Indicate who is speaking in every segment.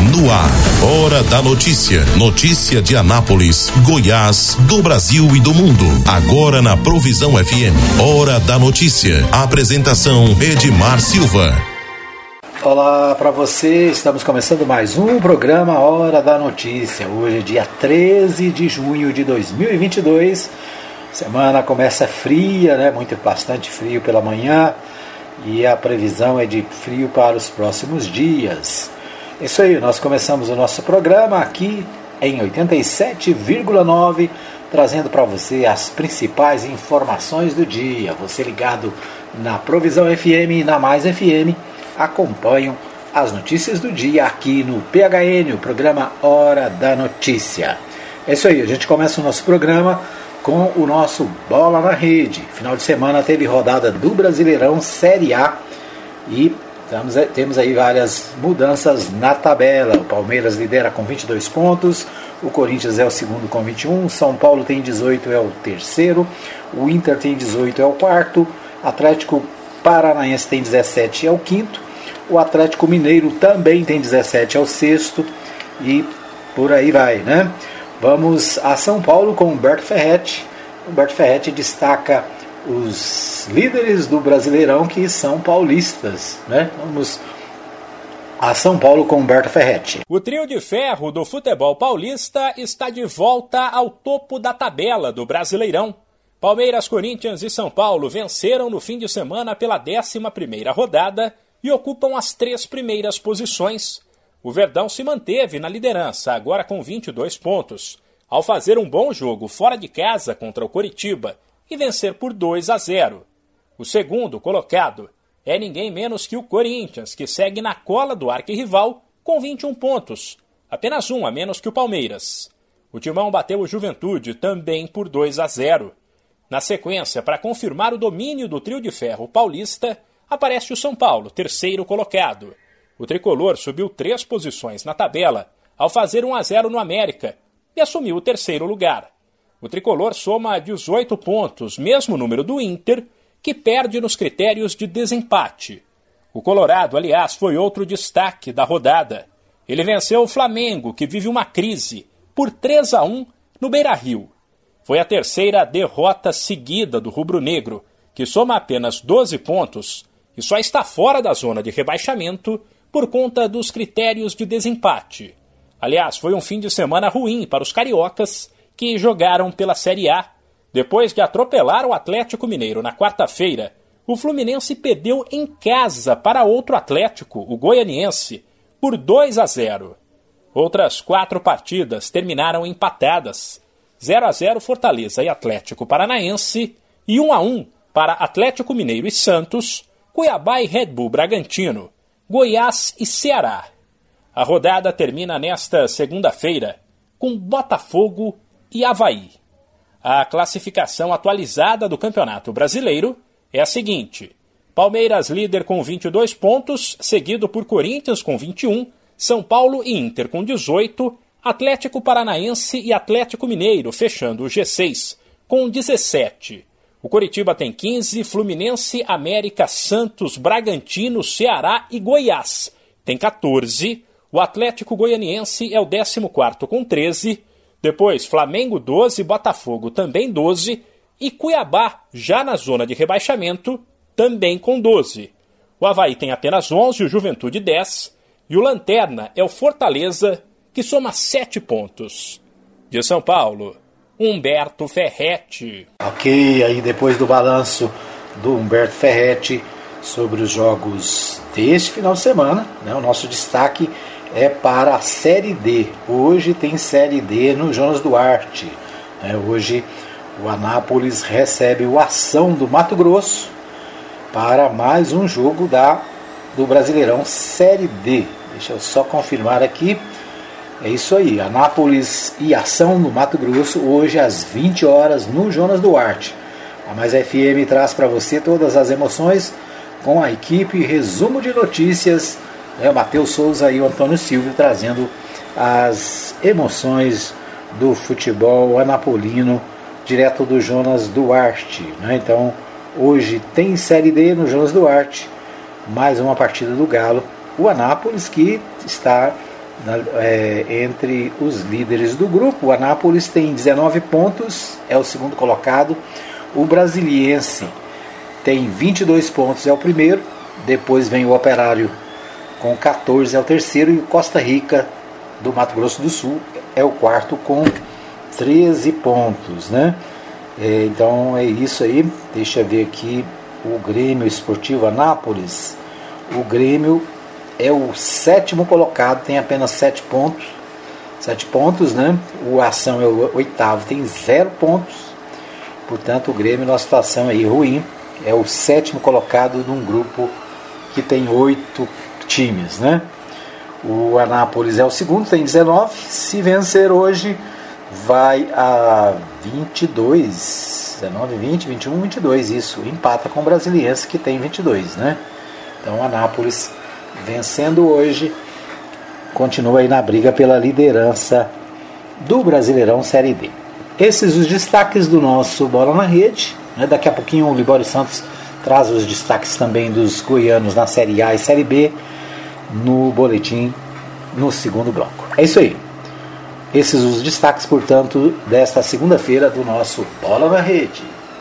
Speaker 1: No ar, Hora da Notícia. Notícia de Anápolis, Goiás, do Brasil e do mundo. Agora na Provisão FM. Hora da Notícia. Apresentação Edmar Silva.
Speaker 2: Olá para você, estamos começando mais um programa Hora da Notícia. Hoje é dia 13 de junho de 2022. Semana começa fria, né? Bastante frio pela manhã. E a previsão é de frio para os próximos dias. Isso aí, nós começamos o nosso programa aqui em 87,9, trazendo para você as principais informações do dia. Você ligado na Provisão FM e na Mais FM, acompanham as notícias do dia aqui no PHN, o programa Hora da Notícia. É isso aí, a gente começa o nosso programa com o nosso Bola na Rede. Final de semana teve rodada do Brasileirão Série A e temos aí várias mudanças na tabela. O Palmeiras lidera com 22 pontos, o Corinthians é o segundo com 21, São Paulo tem 18, é o terceiro, o Inter tem 18, é o quarto, Atlético Paranaense tem 17, é o quinto, o Atlético Mineiro também tem 17, é o sexto, e por aí vai, né? Vamos a São Paulo com Humberto Ferretti. Humberto Ferretti destaca os líderes do Brasileirão que são paulistas, né? Vamos a São Paulo com Humberto Ferretti.
Speaker 3: O trio de ferro do futebol paulista está de volta ao topo da tabela do Brasileirão. Palmeiras, Corinthians e São Paulo venceram no fim de semana pela 11ª rodada e ocupam as 3 primeiras posições. O Verdão se manteve na liderança, agora com 22 pontos, ao fazer um bom jogo fora de casa contra o Coritiba e vencer por 2-0. O segundo colocado é ninguém menos que o Corinthians, que segue na cola do arquirrival com 21 pontos, apenas um a menos que o Palmeiras. O Timão bateu o Juventude também por 2-0. Na sequência, para confirmar o domínio do trio de ferro paulista, aparece o São Paulo, terceiro colocado. O tricolor subiu 3 posições na tabela ao fazer 1-0 no América e assumiu o terceiro lugar. O tricolor soma 18 pontos, mesmo número do Inter, que perde nos critérios de desempate. O Colorado, aliás, foi outro destaque da rodada. Ele venceu o Flamengo, que vive uma crise, por 3-1 no Beira-Rio. Foi a terceira derrota seguida do rubro-negro, que soma apenas 12 pontos e só está fora da zona de rebaixamento por conta dos critérios de desempate. Aliás, foi um fim de semana ruim para os cariocas que jogaram pela Série A. Depois de atropelar o Atlético Mineiro na quarta-feira, o Fluminense perdeu em casa para outro Atlético, o Goianiense, por 2-0. Outras 4 partidas terminaram empatadas. 0-0 Fortaleza e Atlético Paranaense e 1-1 para Atlético Mineiro e Santos, Cuiabá e Red Bull Bragantino, Goiás e Ceará. A rodada termina nesta segunda-feira com Botafogo e Avaí. A classificação atualizada do Campeonato Brasileiro é a seguinte: Palmeiras líder com 22 pontos, seguido por Corinthians com 21, São Paulo e Inter com 18, Atlético Paranaense e Atlético Mineiro fechando o G6 com 17. O Coritiba tem 15, Fluminense, América, Santos, Bragantino, Ceará e Goiás tem 14. O Atlético Goianiense é o 14º com 13. Depois Flamengo 12, Botafogo também 12 e Cuiabá, já na zona de rebaixamento, também com 12. O Avaí tem apenas 11, o Juventude 10 e o Lanterna é o Fortaleza, que soma 7 pontos. De São Paulo, Humberto Ferretti.
Speaker 2: Ok, aí depois do balanço do Humberto Ferretti sobre os jogos deste final de semana, né, o nosso destaque é para a Série D. Hoje tem Série D no Jonas Duarte. Hoje o Anápolis recebe o Ação do Mato Grosso para mais um jogo do Brasileirão Série D. Deixa eu só confirmar aqui. É isso aí, Anápolis e Ação no Mato Grosso, hoje às 20 horas no Jonas Duarte. A Mais FM traz para você todas as emoções com a equipe Resumo de Notícias, o Matheus Souza e o Antônio Silvio trazendo as emoções do futebol anapolino direto do Jonas Duarte. Então, hoje tem Série D no Jonas Duarte, mais uma partida do Galo. O Anápolis que está entre os líderes do grupo. O Anápolis tem 19 pontos, é o segundo colocado. O Brasiliense tem 22 pontos, é o primeiro. Depois vem o Operário com 14, é o terceiro. E o Costa Rica, do Mato Grosso do Sul, é o quarto com 13 pontos, né? Então é isso aí. Deixa eu ver aqui o Grêmio Esportivo Anápolis. O Grêmio é o sétimo colocado, tem apenas 7 pontos. 7 pontos, né? O Ação é o oitavo, tem 0 pontos. Portanto, o Grêmio numa situação aí ruim. É o sétimo colocado num grupo que tem 8 times, né? O Anápolis é o segundo, tem 19. Se vencer hoje, vai a 22. 19, 20, 21, 22. Isso, empata com o Brasiliense, que tem 22, né? Então, o Anápolis, vencendo hoje, continua aí na briga pela liderança do Brasileirão Série D. Esses os destaques do nosso Bola na Rede, né? Daqui a pouquinho o Libório Santos traz os destaques também dos goianos na Série A e Série B no boletim no segundo bloco. É isso aí. Esses os destaques, portanto, desta segunda-feira do nosso Bola na Rede.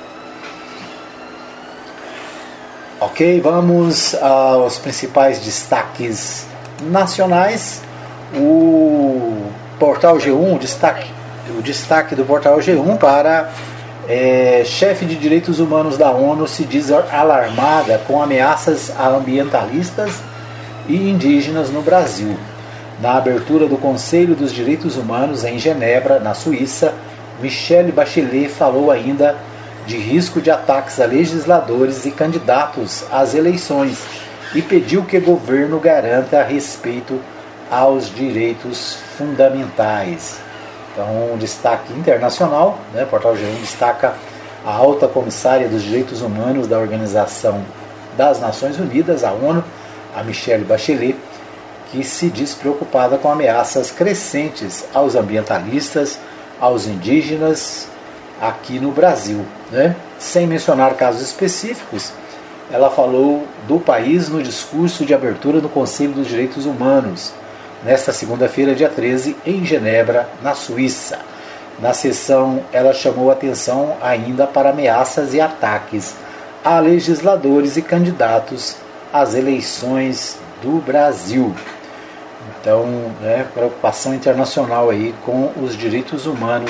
Speaker 2: Ok, vamos aos principais destaques nacionais. O Portal G1, o destaque do Portal G1 para chefe de direitos humanos da ONU se diz alarmada com ameaças a ambientalistas e indígenas no Brasil. Na abertura do Conselho dos Direitos Humanos em Genebra, na Suíça, Michelle Bachelet falou ainda de risco de ataques a legisladores e candidatos às eleições e pediu que o governo garanta respeito aos direitos fundamentais. Então, um destaque internacional, né? O Portal G1 destaca a alta comissária dos direitos humanos da Organização das Nações Unidas, a ONU, a Michelle Bachelet, que se diz preocupada com ameaças crescentes aos ambientalistas, aos indígenas aqui no Brasil, né? Sem mencionar casos específicos, ela falou do país no discurso de abertura do Conselho dos Direitos Humanos, nesta segunda-feira, dia 13, em Genebra, na Suíça. Na sessão, ela chamou atenção ainda para ameaças e ataques a legisladores e candidatos às eleições do Brasil. Então, né, preocupação internacional aí com os direitos humanos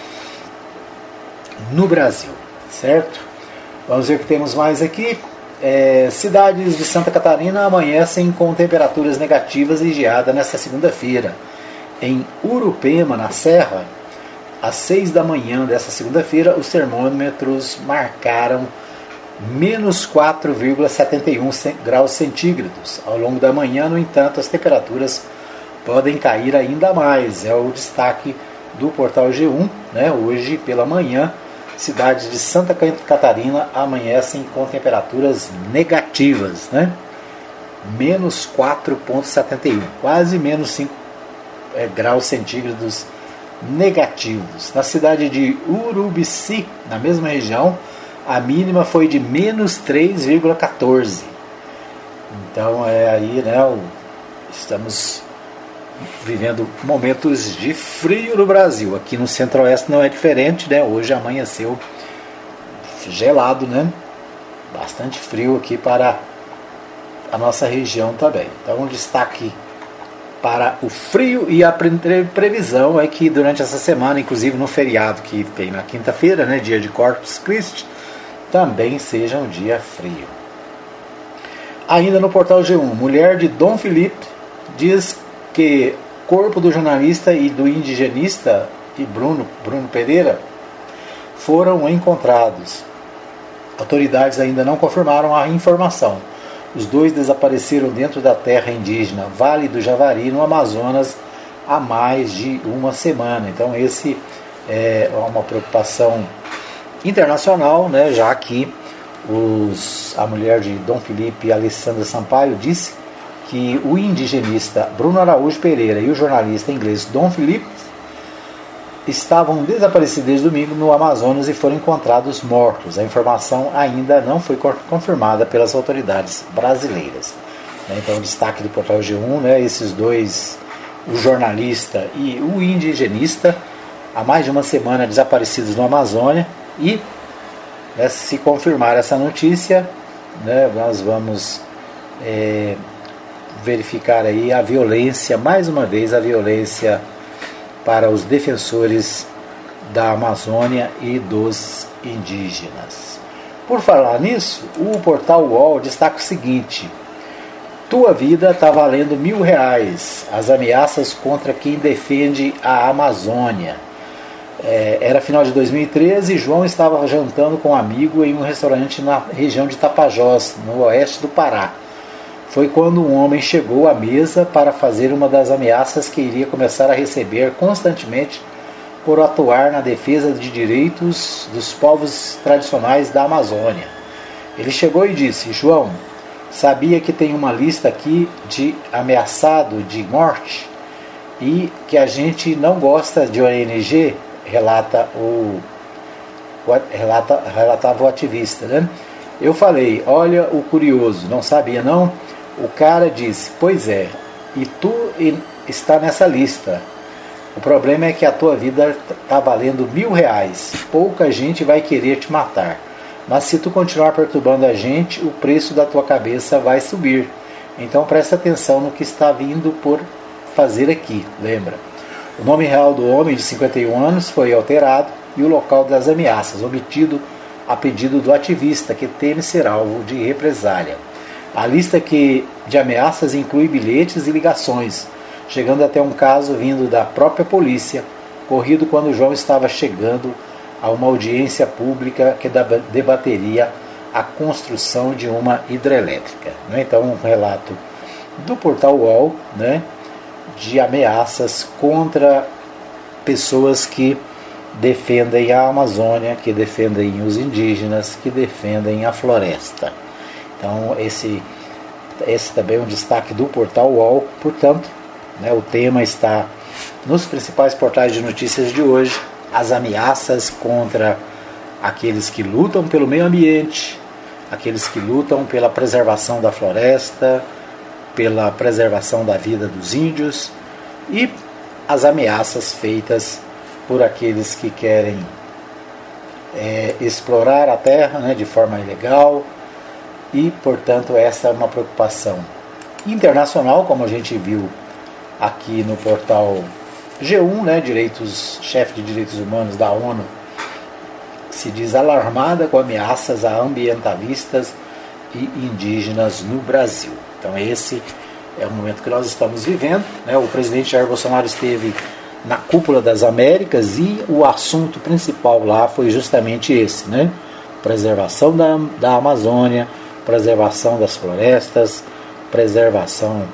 Speaker 2: no Brasil, certo? Vamos ver o que temos mais aqui. Cidades de Santa Catarina amanhecem com temperaturas negativas e geada nesta segunda-feira. Em Urupema, na Serra, às 6 da manhã desta segunda-feira, os termômetros marcaram menos 4,71 graus centígrados. Ao longo da manhã, no entanto, as temperaturas podem cair ainda mais. É o destaque do Portal G1, né? Hoje pela manhã, cidades de Santa Catarina amanhecem com temperaturas negativas, né? Menos 4,71, quase menos 5 graus centígrados negativos. Na cidade de Urubici, na mesma região, a mínima foi de menos 3,14. Então aí, né, estamos vivendo momentos de frio no Brasil. Aqui no Centro-Oeste não é diferente, né? Hoje amanheceu gelado, né? Bastante frio aqui para a nossa região também. Então, um destaque para o frio, e a previsão é que durante essa semana, inclusive no feriado que tem na quinta-feira, né, dia de Corpus Christi, também seja um dia frio. Ainda no Portal G1, mulher de Dom Felipe diz que corpo do jornalista e do indigenista e Bruno Pereira foram encontrados. Autoridades ainda não confirmaram a informação. Os dois desapareceram dentro da terra indígena Vale do Javari, no Amazonas, há mais de uma semana. Então esse é uma preocupação internacional, né, já que a mulher de Dom Felipe, Alessandra Sampaio, disse que o indigenista Bruno Araújo Pereira e o jornalista inglês Dom Felipe estavam desaparecidos desde domingo no Amazonas e foram encontrados mortos. A informação ainda não foi confirmada pelas autoridades brasileiras. Então, o destaque do Portal G1, né, esses dois o jornalista e o indigenista, há mais de uma semana desaparecidos na Amazônia, e se confirmar essa notícia, nós vamos verificar aí a violência, mais uma vez a violência para os defensores da Amazônia e dos indígenas. Por falar nisso, o portal UOL destaca o seguinte: tua vida está valendo R$1.000, as ameaças contra quem defende a Amazônia. Era final de 2013 e João estava jantando com um amigo em um restaurante na região de Tapajós, no oeste do Pará. Foi quando um homem chegou à mesa para fazer uma das ameaças que iria começar a receber constantemente por atuar na defesa de direitos dos povos tradicionais da Amazônia. Ele chegou e disse: João, sabia que tem uma lista aqui de ameaçado de morte e que a gente não gosta de ONG? Relatava o ativista, né? Eu falei: olha o curioso, não sabia não? O cara disse: pois é, e tu está nessa lista. O problema é que a tua vida está valendo R$1.000, pouca gente vai querer te matar, mas se tu continuar perturbando a gente, o preço da tua cabeça vai subir. Então presta atenção no que está vindo por fazer aqui, lembra? O nome real do homem, de 51 anos, foi alterado e o local das ameaças, obtido a pedido do ativista, que teme ser alvo de represália. A lista de ameaças inclui bilhetes e ligações, chegando até um caso vindo da própria polícia, ocorrido quando João estava chegando a uma audiência pública que debateria a construção de uma hidrelétrica. Então, um relato do portal UOL, de ameaças contra pessoas que defendem a Amazônia, que defendem os indígenas, que defendem a floresta. Então esse também é um destaque do portal UOL. Portanto, o tema está nos principais portais de notícias de hoje: as ameaças contra aqueles que lutam pelo meio ambiente, aqueles que lutam pela preservação da floresta, pela preservação da vida dos índios, e as ameaças feitas por aqueles que querem explorar a terra de forma ilegal. E, portanto, essa é uma preocupação internacional, como a gente viu aqui no portal G1, chefe de direitos humanos da ONU se diz alarmada com ameaças a ambientalistas e indígenas no Brasil. Então esse é o momento que nós estamos vivendo. O presidente Jair Bolsonaro esteve na Cúpula das Américas e o assunto principal lá foi justamente esse, preservação da Amazônia, preservação das florestas, preservação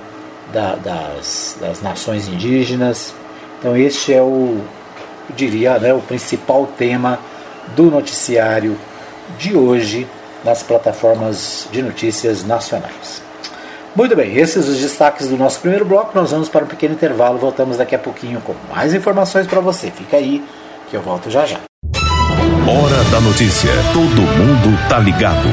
Speaker 2: das nações indígenas. Então este é o principal tema do noticiário de hoje nas plataformas de notícias nacionais. Muito bem, esses os destaques do nosso primeiro bloco. Nós vamos para um pequeno intervalo, voltamos daqui a pouquinho com mais informações para você. Fica aí que eu volto já já.
Speaker 1: Hora da notícia. Todo mundo tá ligado.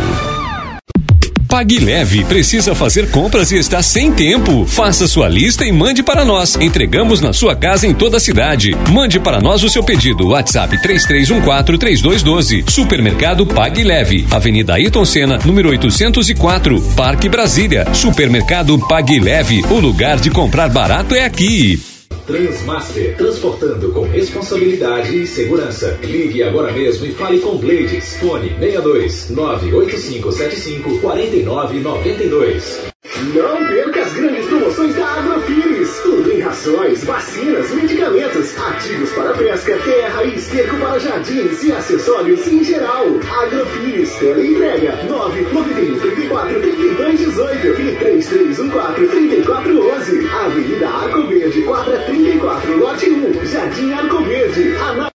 Speaker 4: Pague Leve, precisa fazer compras e está sem tempo. Faça sua lista e mande para nós. Entregamos na sua casa em toda a cidade. Mande para nós o seu pedido. WhatsApp 3314-3212. Supermercado Pague Leve. Avenida Ayrton Senna, número 804, Parque Brasília. Supermercado Pague Leve. O lugar de comprar barato é aqui.
Speaker 5: Transmaster, transportando com responsabilidade e segurança. Ligue agora mesmo e fale com Blades. Fone 62 98575 4992.
Speaker 6: Não perca as grandes promoções da Agrofires. Tudo em rações, vacinas, medicamentos, ativos para pesca, terra e esterco para jardins e acessórios em geral. Agrofires, teleentrega 991 34 32 18 e 3314 3411. Avenida Arco Verde, quadra 34, lote 1, Jardim Arco Verde.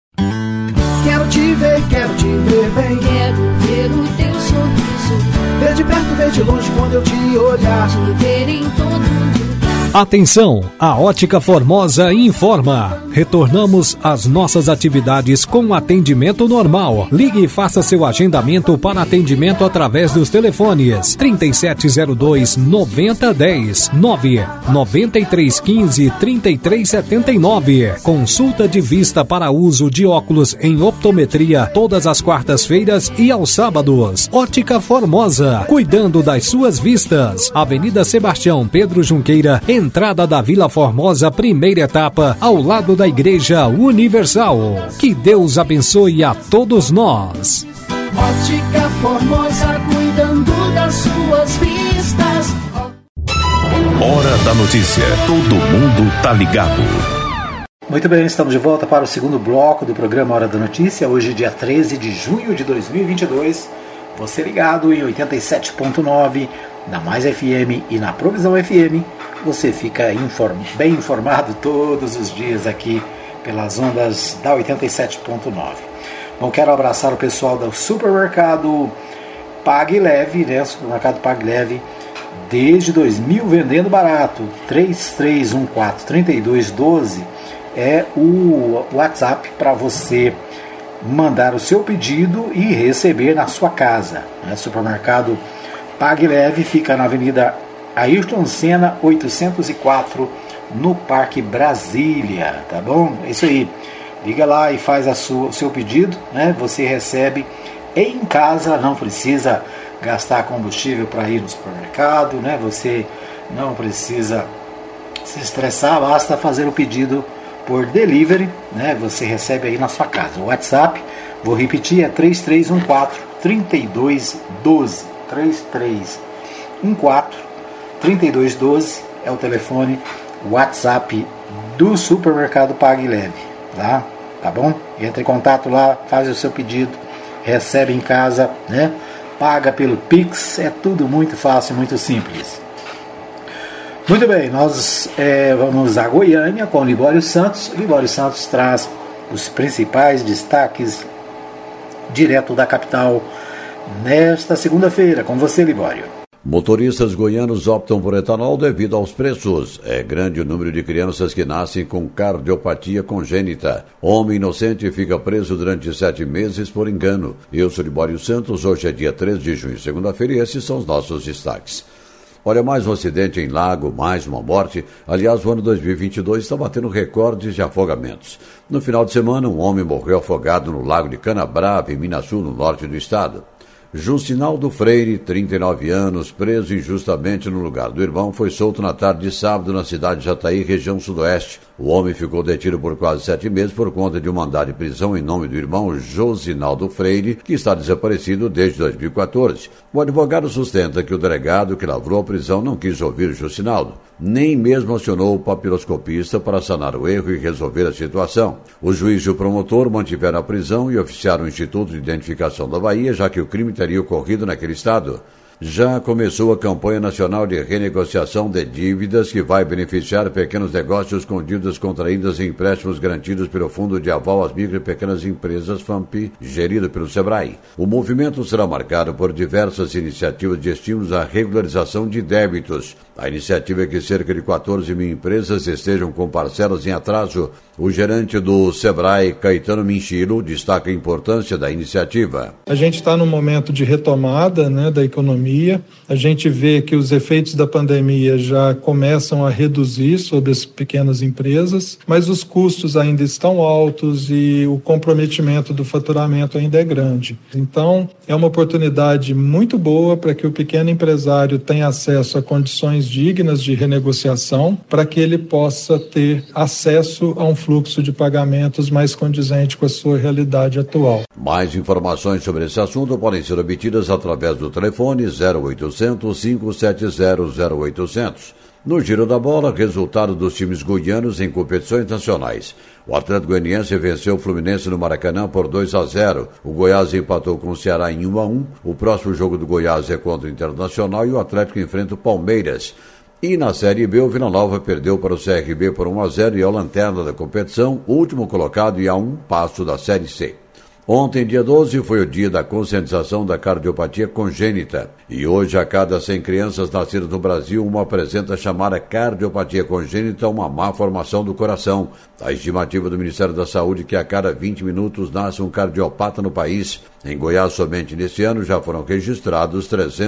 Speaker 7: Quero te ver bem.
Speaker 8: Quero ver o teu sorriso.
Speaker 7: Ver de perto, ver de longe quando eu te olhar.
Speaker 8: Te ver em todo lugar. Atenção, a Ótica Formosa informa. Retornamos às nossas atividades com atendimento normal. Ligue e faça seu agendamento para atendimento através dos telefones 3702-9010, 99315-3379. Consulta de vista para uso de óculos em optometria todas as quartas-feiras e aos sábados. Ótica Formosa, cuidando das suas vistas. Avenida Sebastião Pedro Junqueira, entrada da Vila Formosa, primeira etapa, ao lado da Igreja Universal. Que Deus abençoe a todos nós.
Speaker 7: Ótica Formosa, cuidando das suas vistas.
Speaker 1: Hora da notícia. Todo mundo tá ligado.
Speaker 2: Muito bem, estamos de volta para o segundo bloco do programa Hora da Notícia. Hoje, dia 13 de junho de 2022. Você ligado em 87.9 na Mais FM e na Provisão FM. Você fica bem informado todos os dias aqui pelas ondas da 87.9. Bom, quero abraçar o pessoal do supermercado Pague Leve, né? Supermercado Pague Leve, desde 2000 vendendo barato. 3314-3212 é o WhatsApp para você mandar o seu pedido e receber na sua casa, né? Supermercado Pague Leve fica na Avenida Ayrton Senna 804, no Parque Brasília, tá bom? É isso aí, liga lá e faz o seu pedido, né? Você recebe em casa, não precisa gastar combustível para ir no supermercado, né? Você não precisa se estressar, basta fazer o pedido por delivery, né? Você recebe aí na sua casa. O WhatsApp, vou repetir, é 3314-3212. 3314-3212 é o telefone WhatsApp do supermercado Pague Leve, tá bom? Entre em contato lá, faz o seu pedido, recebe em casa, né? Paga pelo Pix, é tudo muito fácil, muito simples. Muito bem, nós vamos a Goiânia com o Libório Santos. Libório Santos traz os principais destaques direto da capital nesta segunda-feira. Com você, Libório.
Speaker 9: Motoristas goianos optam por etanol devido aos preços. É grande o número de crianças que nascem com cardiopatia congênita. Homem inocente fica preso durante 7 meses por engano. Eu sou Libório Santos, hoje é dia 3 de junho, segunda-feira, e esses são os nossos destaques. Olha, mais um acidente em Lago, mais uma morte. Aliás, o ano 2022 está batendo recordes de afogamentos. No final de semana, um homem morreu afogado no Lago de Canabrava, em Minas Sul, no norte do estado. Justinaldo Freire, 39 anos, preso injustamente no lugar do irmão, foi solto na tarde de sábado na cidade de Jataí, região sudoeste. O homem ficou detido por quase 7 meses por conta de um mandado de prisão em nome do irmão Josinaldo Freire, que está desaparecido desde 2014. O advogado sustenta que o delegado que lavrou a prisão não quis ouvir Justinaldo, nem mesmo acionou o papiloscopista para sanar o erro e resolver a situação. O juiz e o promotor mantiveram a prisão e oficiaram o Instituto de Identificação da Bahia, já que o crime teria ocorrido naquele estado. Já começou a campanha nacional de renegociação de dívidas que vai beneficiar pequenos negócios com dívidas contraídas em empréstimos garantidos pelo Fundo de Aval às Micro e Pequenas Empresas, FAMP, gerido pelo SEBRAE. O movimento será marcado por diversas iniciativas de estímulos à regularização de débitos. A iniciativa é que cerca de 14 mil empresas estejam com parcelas em atraso. O gerente do SEBRAE, Caetano Minchilo, destaca a importância da iniciativa.
Speaker 10: A gente está num momento de retomada, da economia. A gente vê que os efeitos da pandemia já começam a reduzir sobre as pequenas empresas, mas os custos ainda estão altos e o comprometimento do faturamento ainda é grande. Então, é uma oportunidade muito boa para que o pequeno empresário tenha acesso a condições dignas de renegociação, para que ele possa ter acesso a um fluxo de pagamentos mais condizente com a sua realidade atual.
Speaker 9: Mais informações sobre esse assunto podem ser obtidas através do telefone 0800 570 0800. No Giro da Bola, resultado dos times goianos em competições nacionais. O Atlético Goianiense venceu o Fluminense no Maracanã por 2-0. O Goiás empatou com o Ceará em 1-1. O próximo jogo do Goiás é contra o Internacional e o Atlético enfrenta o Palmeiras. E na Série B, o Vila Nova perdeu para o CRB por 1-0 e é o lanterna da competição, último colocado e a um passo da Série C. Ontem, dia 12, foi o dia da conscientização da cardiopatia congênita. E hoje, a cada 100 crianças nascidas no Brasil, uma apresenta a chamada cardiopatia congênita, uma má formação do coração. A estimativa do Ministério da Saúde é que a cada 20 minutos nasce um cardiopata no país. Em Goiás, somente neste ano, já foram registrados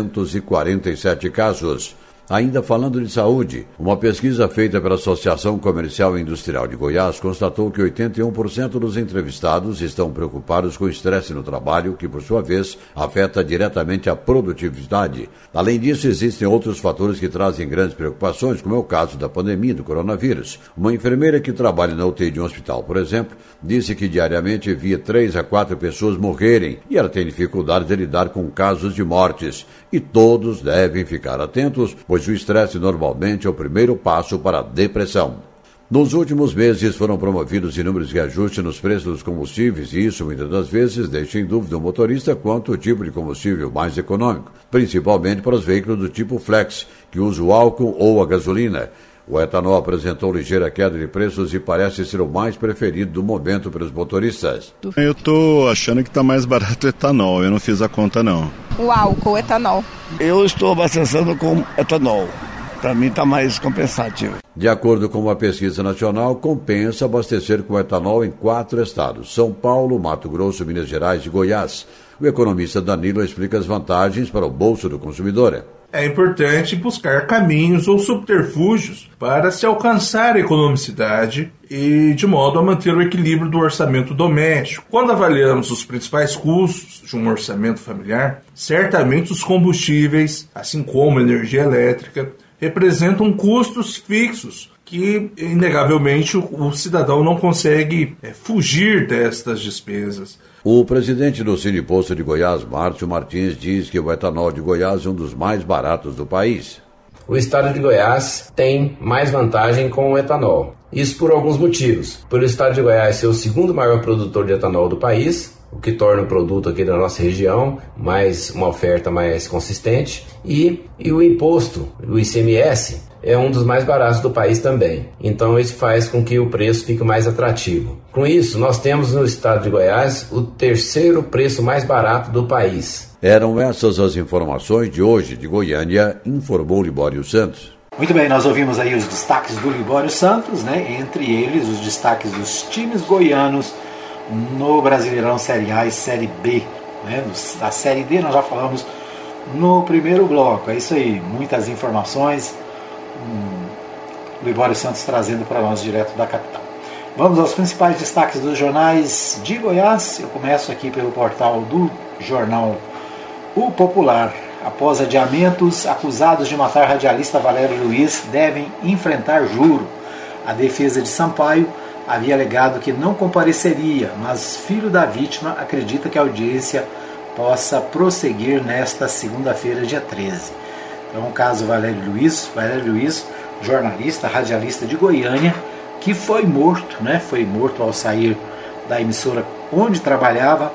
Speaker 9: 347 casos. Ainda falando de saúde, uma pesquisa feita pela Associação Comercial e Industrial de Goiás constatou que 81% dos entrevistados estão preocupados com o estresse no trabalho, que, por sua vez, afeta diretamente a produtividade. Além disso, existem outros fatores que trazem grandes preocupações, como é o caso da pandemia do coronavírus. Uma enfermeira que trabalha na UTI de um hospital, por exemplo, disse que diariamente via 3 a 4 pessoas morrerem e ela tem dificuldade de lidar com casos de mortes. E todos devem ficar atentos, pois o estresse normalmente é o primeiro passo para a depressão. Nos últimos meses foram promovidos inúmeros reajustes nos preços dos combustíveis e isso muitas das vezes deixa em dúvida o motorista quanto ao tipo de combustível mais econômico, principalmente para os veículos do tipo Flex, que usam o álcool ou a gasolina. O etanol apresentou ligeira queda de preços e parece ser o mais preferido do momento pelos motoristas.
Speaker 11: Eu estou achando que está mais barato o etanol, eu não fiz a conta não.
Speaker 12: O álcool, o etanol.
Speaker 13: Eu estou abastecendo com etanol. Para mim está mais compensativo.
Speaker 9: De acordo com uma pesquisa nacional, compensa abastecer com etanol em 4 estados: São Paulo, Mato Grosso, Minas Gerais e Goiás. O economista Danilo explica as vantagens para o bolso do consumidor.
Speaker 14: É importante buscar caminhos ou subterfúgios para se alcançar a economicidade e de modo a manter o equilíbrio do orçamento doméstico. Quando avaliamos os principais custos de um orçamento familiar, certamente os combustíveis, assim como a energia elétrica, representam custos fixos que, inegavelmente, o cidadão não consegue fugir destas despesas.
Speaker 9: O presidente do Cineposto de Goiás, Márcio Martins, diz que o etanol de Goiás é um dos mais baratos do país.
Speaker 15: O estado de Goiás tem mais vantagem com o etanol. Isso por alguns motivos. Por o estado de Goiás ser o segundo maior produtor de etanol do país, o que torna o produto aqui da nossa região uma oferta mais consistente, e o imposto, o ICMS, é um dos mais baratos do país também. Então isso faz com que o preço fique mais atrativo. Com isso, nós temos no estado de Goiás o terceiro preço mais barato do país.
Speaker 9: Eram essas as informações de hoje de Goiânia, informou Libório Santos.
Speaker 2: Muito bem, nós ouvimos aí os destaques do Libório Santos, né? Entre eles os destaques dos times goianos no Brasileirão Série A e Série B. Né? Da Série D nós já falamos no primeiro bloco. É isso aí, muitas informações. Libório Santos trazendo para nós direto da capital. Vamos aos principais destaques dos jornais de Goiás. Eu começo aqui pelo portal do jornal O Popular. Após adiamentos, acusados de matar radialista Valério Luiz devem enfrentar juro. A defesa de Sampaio havia alegado que não compareceria, mas filho da vítima acredita que a audiência possa prosseguir nesta segunda-feira, dia 13. Então, o caso Valério Luiz, jornalista, radialista de Goiânia, que foi morto, né? Foi morto ao sair da emissora onde trabalhava,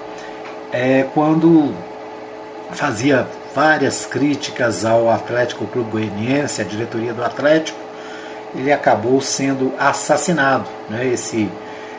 Speaker 2: quando fazia várias críticas ao Atlético Clube Goianiense, à diretoria do Atlético. Ele acabou sendo assassinado, né? Esse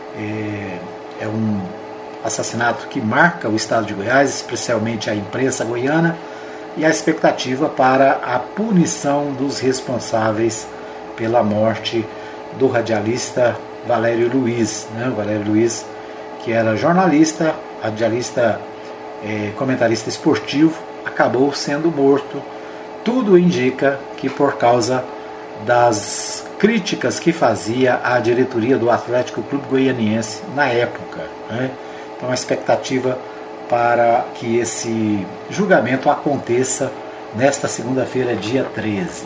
Speaker 2: é um assassinato que marca o estado de Goiás, especialmente a imprensa goiana, e a expectativa para a punição dos responsáveis pela morte do radialista Valério Luiz. Né? Valério Luiz, que era jornalista, radialista, comentarista esportivo, acabou sendo morto. Tudo indica que por causa das críticas que fazia à diretoria do Atlético Clube Goianiense na época. Né? Então a expectativa para que esse julgamento aconteça nesta segunda-feira, dia 13.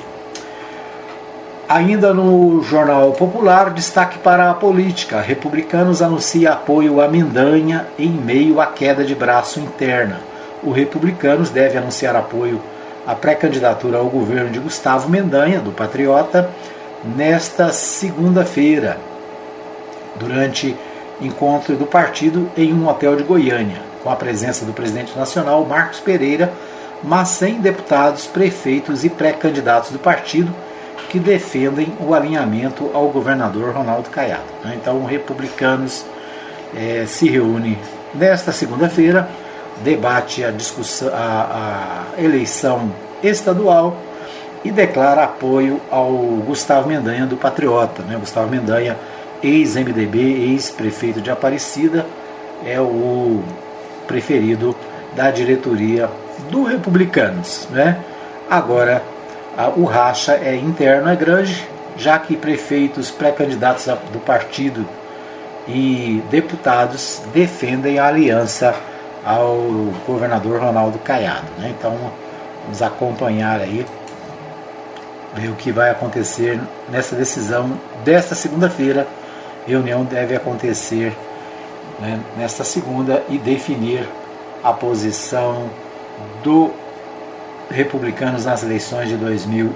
Speaker 2: Ainda no Jornal Popular, destaque para a política. Republicanos anuncia apoio a Mendanha em meio à queda de braço interna. O Republicanos deve anunciar apoio à pré-candidatura ao governo de Gustavo Mendanha, do Patriota, nesta segunda-feira, durante encontro do partido em um hotel de Goiânia, com a presença do presidente nacional, Marcos Pereira, mas sem deputados, prefeitos e pré-candidatos do partido que defendem o alinhamento ao governador Ronaldo Caiado. Então, o Republicanos se reúne nesta segunda-feira, debate a eleição estadual e declara apoio ao Gustavo Mendanha do Patriota. Gustavo Mendanha, ex-MDB, ex-prefeito de Aparecida, é o preferido da diretoria do Republicanos. Agora, o racha interno é grande, já que prefeitos pré-candidatos do partido e deputados defendem a aliança ao governador Ronaldo Caiado. Então, vamos acompanhar aí, ver o que vai acontecer nessa decisão desta segunda-feira. Reunião deve acontecer nesta segunda e definir a posição do Republicanos nas eleições de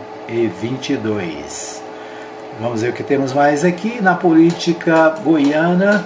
Speaker 2: 2022. Vamos ver o que temos mais aqui na política goiana.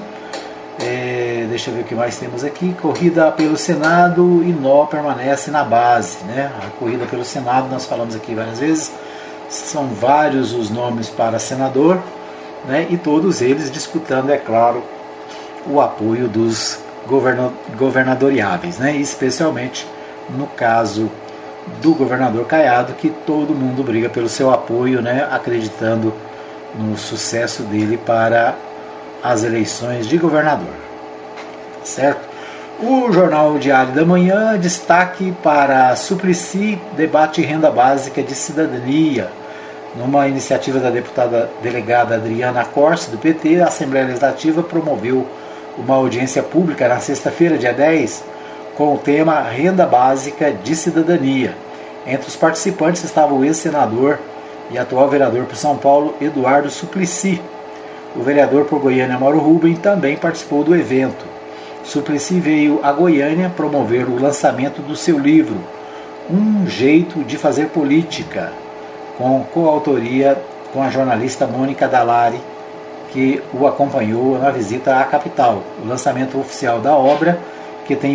Speaker 2: Deixa eu ver o que mais temos aqui. Corrida pelo Senado, Inó permanece na base. A corrida pelo Senado, nós falamos aqui várias vezes, são vários os nomes para senador, e todos eles disputando, é claro, o apoio dos governadoriáveis, especialmente no caso do governador Caiado, que todo mundo briga pelo seu apoio, acreditando no sucesso dele para as eleições de governador. Certo? O Jornal Diário da Manhã, destaque para Suplicy, debate renda básica de cidadania. Numa iniciativa da deputada delegada Adriana Corse, do PT, a Assembleia Legislativa promoveu uma audiência pública na sexta-feira, dia 10, com o tema Renda Básica de Cidadania. Entre os participantes estava o ex-senador e atual vereador por São Paulo, Eduardo Suplicy. O vereador por Goiânia, Mauro Rubem, também participou do evento. Suplicy veio a Goiânia promover o lançamento do seu livro, Um Jeito de Fazer Política, com coautoria com a jornalista Mônica Dallari, que o acompanhou na visita à capital. O lançamento oficial da obra, que tem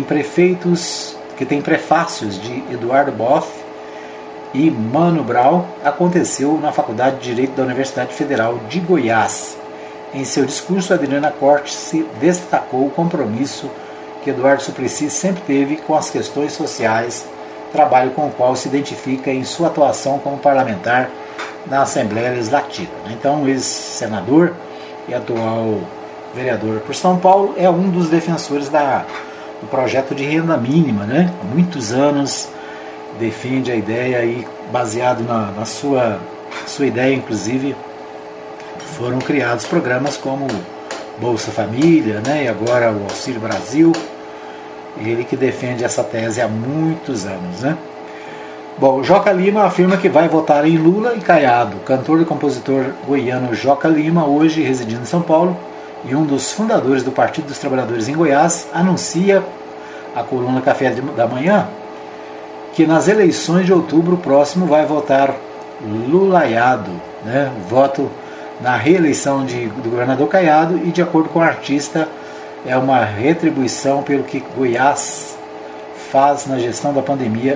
Speaker 2: prefácios de Eduardo Boff e Mano Brown, aconteceu na Faculdade de Direito da Universidade Federal de Goiás. Em seu discurso, Adriana Corte destacou o compromisso que Eduardo Suplicy sempre teve com as questões sociais, trabalho com o qual se identifica em sua atuação como parlamentar na Assembleia Legislativa. Então, o ex-senador e atual vereador por São Paulo é um dos defensores do projeto de renda mínima. Há muitos anos defende a ideia e, baseado na sua ideia, inclusive, foram criados programas como Bolsa Família, e agora o Auxílio Brasil. Ele que defende essa tese há muitos anos. Bom, Joca Lima afirma que vai votar em Lula e Caiado. O cantor e compositor goiano Joca Lima, hoje residindo em São Paulo e um dos fundadores do Partido dos Trabalhadores em Goiás, anuncia à coluna Café da Manhã que nas eleições de outubro próximo vai votar Lulaiado, voto na reeleição do governador Caiado, e de acordo com o artista é uma retribuição pelo que Goiás fez na gestão da pandemia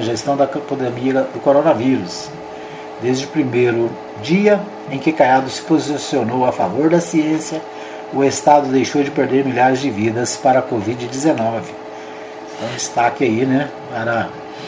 Speaker 2: do coronavírus. Desde o primeiro dia em que Caiado se posicionou a favor da ciência, o Estado deixou de perder milhares de vidas para a Covid-19. Então, destaque aí, para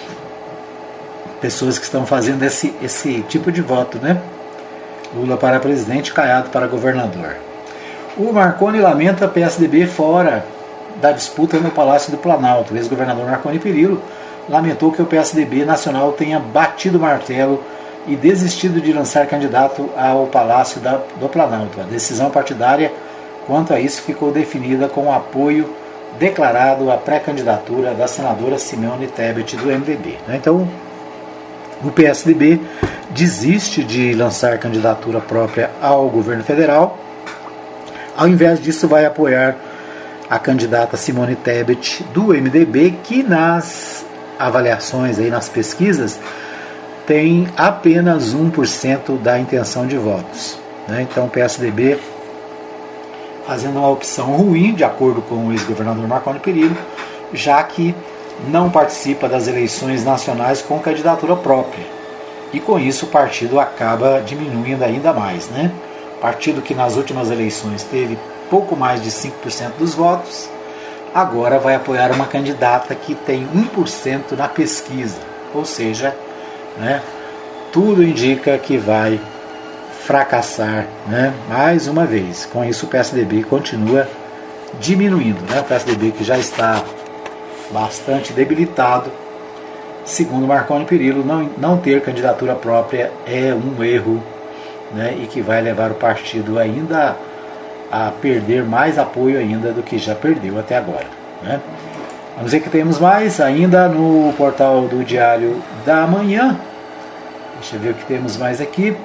Speaker 2: pessoas que estão fazendo esse tipo de voto, Lula para presidente, Caiado para governador. O Marconi lamenta PSDB fora da disputa no Palácio do Planalto. O ex-governador Marconi Perillo lamentou que o PSDB nacional tenha batido o martelo e desistido de lançar candidato ao Palácio do Planalto. A decisão partidária quanto a isso ficou definida com o apoio declarado à pré-candidatura da senadora Simone Tebet do MDB. Então, o PSDB desiste de lançar candidatura própria ao governo federal. Ao invés disso, vai apoiar a candidata Simone Tebet do MDB, que nas avaliações, nas pesquisas, tem apenas 1% da intenção de votos. Então, o PSDB fazendo uma opção ruim, de acordo com o ex-governador Marconi Perillo, já que não participa das eleições nacionais com candidatura própria. E com isso o partido acaba diminuindo ainda mais. Partido que nas últimas eleições teve pouco mais de 5% dos votos, agora vai apoiar uma candidata que tem 1% na pesquisa, ou seja, né, tudo indica que vai fracassar, né, mais uma vez. Com isso o PSDB continua diminuindo, né, o PSDB que já está bastante debilitado. Segundo Marconi Perillo, não ter candidatura própria é um erro, né, e que vai levar o partido ainda a perder mais apoio ainda do que já perdeu até agora, né? Vamos ver que temos mais ainda no portal do Diário da Manhã. Deixa eu ver o que temos mais aqui.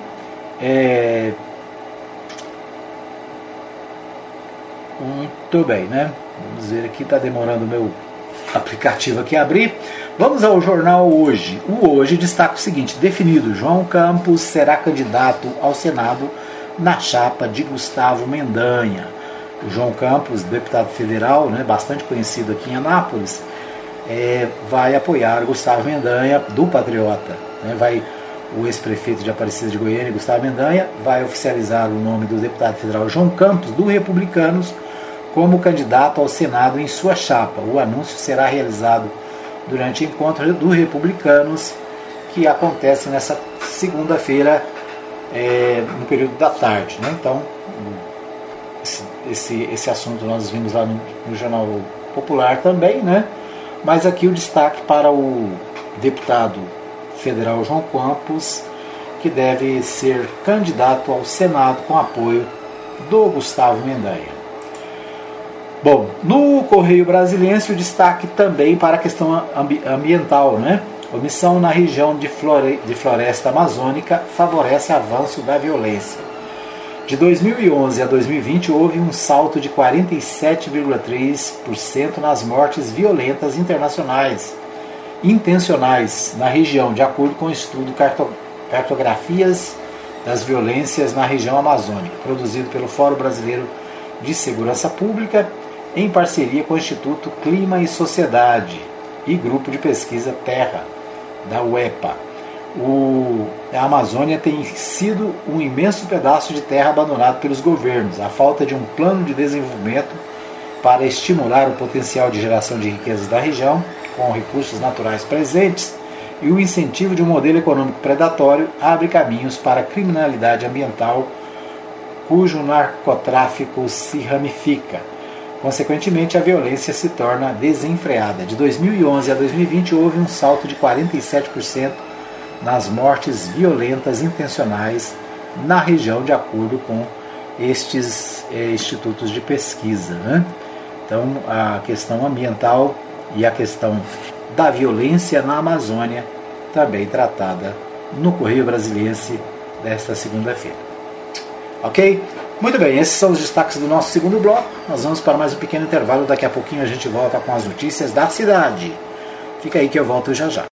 Speaker 2: Muito bem, né? Vamos ver aqui, está demorando o meu aplicativo aqui a abrir. Vamos ao jornal Hoje. O Hoje destaca o seguinte: definido, João Campos será candidato ao Senado na chapa de Gustavo Mendanha. O João Campos, deputado federal, né, bastante conhecido aqui em Anápolis, vai apoiar Gustavo Mendanha, do Patriota, né? O ex-prefeito de Aparecida de Goiânia, Gustavo Mendanha, vai oficializar o nome do deputado federal João Campos, do Republicanos, como candidato ao Senado em sua chapa. O anúncio será realizado durante o encontro do Republicanos, que acontece nessa segunda-feira, no período da tarde, né? Então, esse assunto nós vimos lá no Jornal Popular também, né? Mas aqui o destaque para o deputado federal João Campos, que deve ser candidato ao Senado com apoio do Gustavo Mendanha. Bom, no Correio Brasiliense o destaque também para a questão ambiental, né? Omissão na região de floresta amazônica favorece avanço da violência. De 2011 a 2020 houve um salto de 47,3% nas mortes violentas intencionais na região, de acordo com o estudo Cartografias das Violências na Região Amazônica, produzido pelo Fórum Brasileiro de Segurança Pública, em parceria com o Instituto Clima e Sociedade e Grupo de Pesquisa Terra, da UEPA. A Amazônia tem sido um imenso pedaço de terra abandonado pelos governos. A falta de um plano de desenvolvimento para estimular o potencial de geração de riquezas da região, com recursos naturais presentes, e o incentivo de um modelo econômico predatório abre caminhos para a criminalidade ambiental, cujo narcotráfico se ramifica. Consequentemente, a violência se torna desenfreada. De 2011 a 2020 houve um salto de 47% nas mortes violentas intencionais na região, de acordo com estes institutos de pesquisa, né? Então, a questão ambiental e a questão da violência na Amazônia também tratada no Correio Brasiliense desta segunda-feira. Ok? Muito bem, esses são os destaques do nosso segundo bloco. Nós vamos para mais um pequeno intervalo. Daqui a pouquinho a gente volta com as notícias da cidade. Fica aí que eu volto já já.